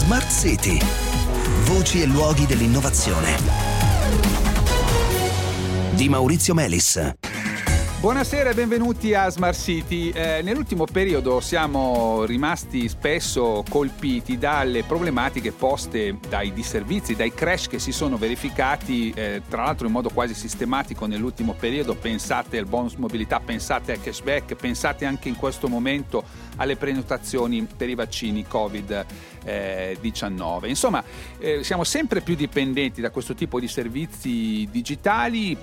Smart City. Voci e luoghi dell'innovazione. Di Maurizio Melis. Buonasera e benvenuti a Smart City. Nell'ultimo periodo siamo rimasti spesso colpiti dalle problematiche poste dai disservizi, dai crash che si sono verificati, tra l'altro in modo quasi sistematico nell'ultimo periodo. Pensate al bonus mobilità, pensate al cashback, pensate anche in questo momento alle prenotazioni per i vaccini Covid-19. Insomma, siamo sempre più dipendenti da questo tipo di servizi digitali,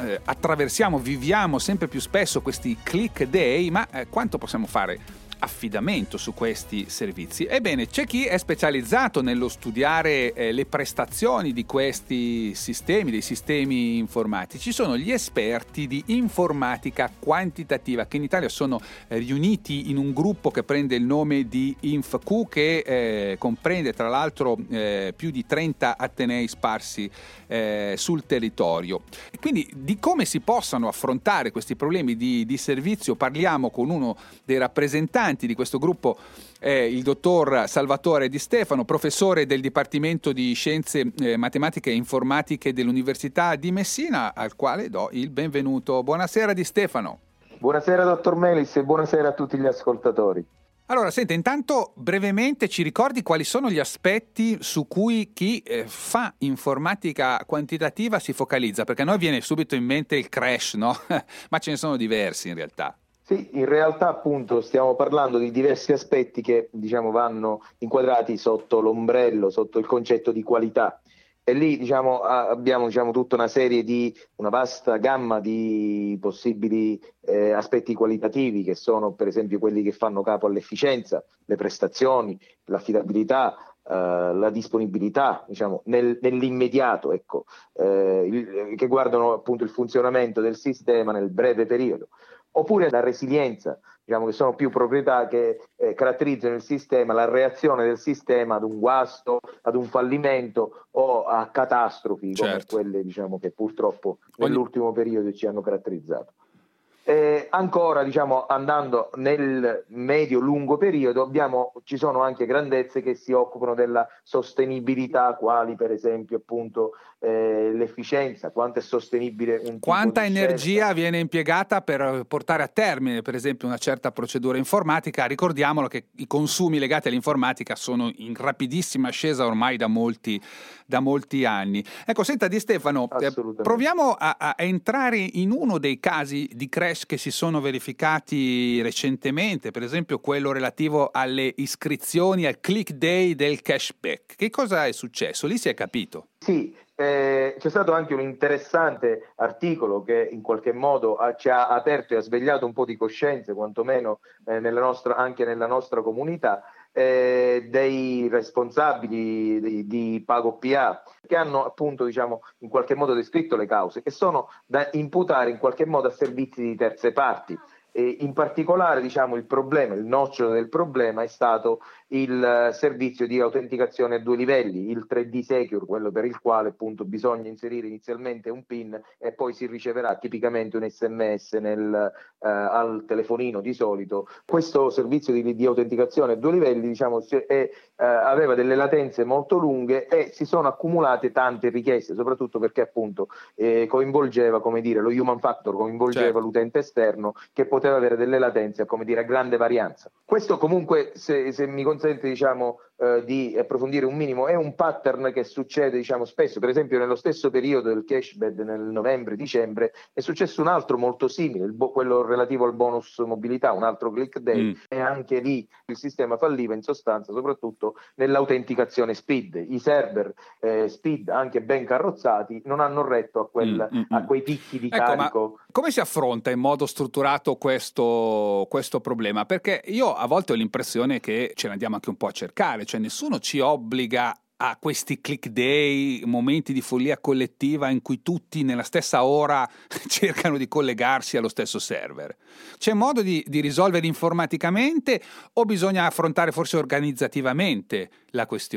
viviamo sempre più spesso questi click day, ma quanto possiamo fare affidamento su questi servizi? Ebbene, c'è chi è specializzato nello studiare le prestazioni di questi sistemi, dei sistemi informatici. Sono gli esperti di informatica quantitativa, che in Italia sono riuniti in un gruppo che prende il nome di InfQ, che comprende tra l'altro più di 30 atenei sparsi sul territorio. E quindi di come si possano affrontare questi problemi di servizio parliamo con uno dei rappresentanti di questo gruppo, il dottor Salvatore Di Stefano, professore del Dipartimento di Scienze Matematiche e Informatiche dell'Università di Messina, al quale do il benvenuto. Buonasera Di Stefano. Buonasera dottor Melis e buonasera a tutti gli ascoltatori. Allora, senta, intanto brevemente ci ricordi quali sono gli aspetti su cui chi fa informatica quantitativa si focalizza? Perché a noi viene subito in mente il crash, no? Ma ce ne sono diversi in realtà. Sì, in realtà appunto stiamo parlando di diversi aspetti che vanno inquadrati sotto l'ombrello, sotto il concetto di qualità. E lì abbiamo tutta una vasta gamma di possibili aspetti qualitativi, che sono per esempio quelli che fanno capo all'efficienza, le prestazioni, l'affidabilità, la disponibilità nell'immediato, che guardano appunto il funzionamento del sistema nel breve periodo, oppure la resilienza, che sono più proprietà che caratterizzano il sistema, la reazione del sistema ad un guasto, ad un fallimento o a catastrofi, certo, come quelle che purtroppo nell'ultimo periodo ci hanno caratterizzato. Ancora andando nel medio-lungo periodo ci sono anche grandezze che si occupano della sostenibilità, quali per esempio appunto l'efficienza, quanto è sostenibile quanta energia viene impiegata per portare a termine per esempio una certa procedura informatica. Ricordiamolo che i consumi legati all'informatica sono in rapidissima ascesa ormai da molti anni. Ecco, senta Di Stefano, proviamo a entrare in uno dei casi di crash che si sono verificati recentemente, per esempio quello relativo alle iscrizioni al click day del cashback. Che cosa è successo? Lì si è capito? Sì, c'è stato anche un interessante articolo che in qualche modo ci ha aperto e ha svegliato un po' di coscienze, quantomeno anche nella nostra comunità, dei responsabili di PagoPA, che hanno appunto in qualche modo descritto le cause, che sono da imputare in qualche modo a servizi di terze parti. E in particolare il nocciolo del problema è stato il servizio di autenticazione a 2 livelli, il 3D Secure, quello per il quale appunto bisogna inserire inizialmente un PIN e poi si riceverà tipicamente un SMS al telefonino di solito. Questo servizio di autenticazione a 2 livelli aveva delle latenze molto lunghe e si sono accumulate tante richieste, soprattutto perché appunto coinvolgeva, lo human factor, coinvolgeva certo, l'utente esterno, che poteva avere delle latenze a grande varianza. Questo comunque, se mi consente di approfondire un minimo, è un pattern che succede spesso. Per esempio nello stesso periodo del cashback, nel novembre-dicembre, è successo un altro molto simile, quello relativo al bonus mobilità, un altro click day, e anche lì il sistema falliva in sostanza, soprattutto nell'autenticazione SPID. I server SPID, anche ben carrozzati, non hanno retto a quei picchi di carico. Ma come si affronta in modo strutturato questo problema? Perché io a volte ho l'impressione che ce ne andiamo anche un po' a cercare, cioè nessuno ci obbliga a questi click day, momenti di follia collettiva in cui tutti nella stessa ora cercano di collegarsi allo stesso server. C'è modo di risolvere informaticamente o bisogna affrontare forse organizzativamente la questione?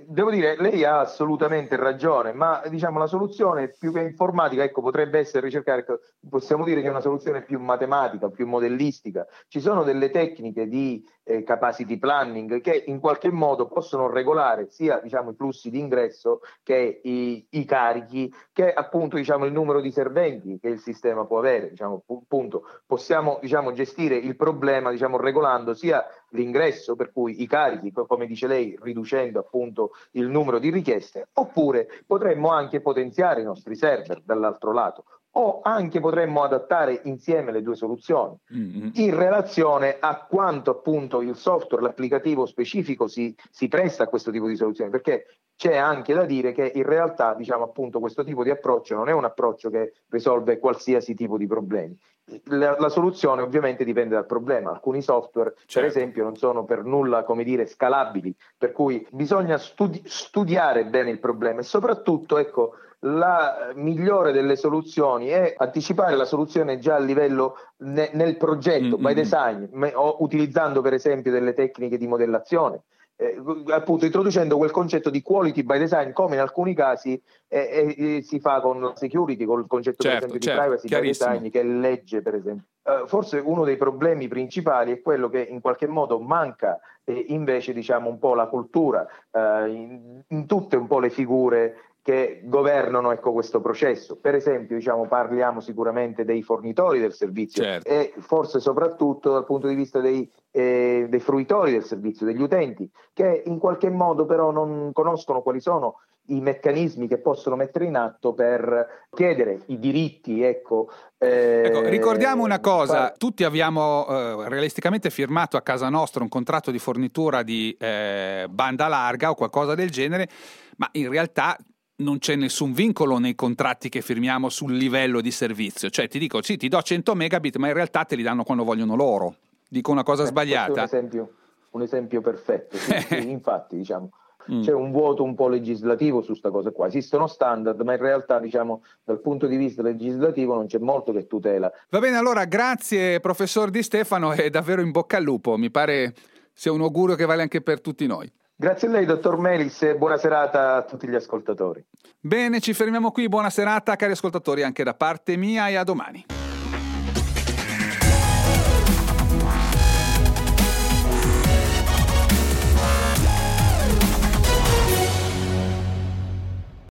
devo dire, lei ha assolutamente ragione, ma diciamo la soluzione più che informatica, ecco, potrebbe essere ricercare, possiamo dire che è una soluzione più matematica, più modellistica. Ci sono delle tecniche di capacity planning che in qualche modo possono regolare sia diciamo i flussi di ingresso che i carichi, che appunto diciamo il numero di serventi che il sistema può avere, diciamo, appunto possiamo diciamo gestire il problema diciamo regolando sia l'ingresso, per cui i carichi, come dice lei, riducendo appunto il numero di richieste, oppure potremmo anche potenziare i nostri server dall'altro lato, o anche potremmo adattare insieme le due soluzioni in relazione a quanto appunto il software, l'applicativo specifico si presta a questo tipo di soluzione, perché c'è anche da dire che in realtà diciamo appunto questo tipo di approccio non è un approccio che risolve qualsiasi tipo di problemi. La soluzione ovviamente dipende dal problema. Alcuni software, per esempio, non sono per nulla, come dire, scalabili, per cui bisogna studiare bene il problema e soprattutto, ecco, la migliore delle soluzioni è anticipare la soluzione già a livello nel progetto, by design, o utilizzando per esempio delle tecniche di modellazione. Appunto introducendo quel concetto di quality by design, come in alcuni casi si fa con la security, con il concetto per esempio di privacy by design, che è legge per esempio. Forse uno dei problemi principali è quello che in qualche modo manca invece diciamo un po' la cultura in tutte un po' le figure che governano ecco, questo processo. Per esempio diciamo, parliamo sicuramente dei fornitori del servizio e forse soprattutto dal punto di vista dei fruitori del servizio, degli utenti, che in qualche modo però non conoscono quali sono i meccanismi che possono mettere in atto per chiedere i diritti. Ecco, ricordiamo una cosa, tutti abbiamo realisticamente firmato a casa nostra un contratto di fornitura di banda larga o qualcosa del genere, ma in realtà non c'è nessun vincolo nei contratti che firmiamo sul livello di servizio. Cioè ti dico, sì, ti do 100 megabit, ma in realtà te li danno quando vogliono loro. Dico una cosa sbagliata? Un esempio perfetto. Sì, infatti, diciamo, c'è un vuoto un po' legislativo su sta cosa qua. Esistono standard, ma in realtà, diciamo, dal punto di vista legislativo non c'è molto che tutela. Va bene, allora, grazie professor Di Stefano e davvero in bocca al lupo. Mi pare sia un augurio che vale anche per tutti noi. Grazie a lei, dottor Melis, e buona serata a tutti gli ascoltatori. Bene, ci fermiamo qui. Buona serata, cari ascoltatori, anche da parte mia, e a domani.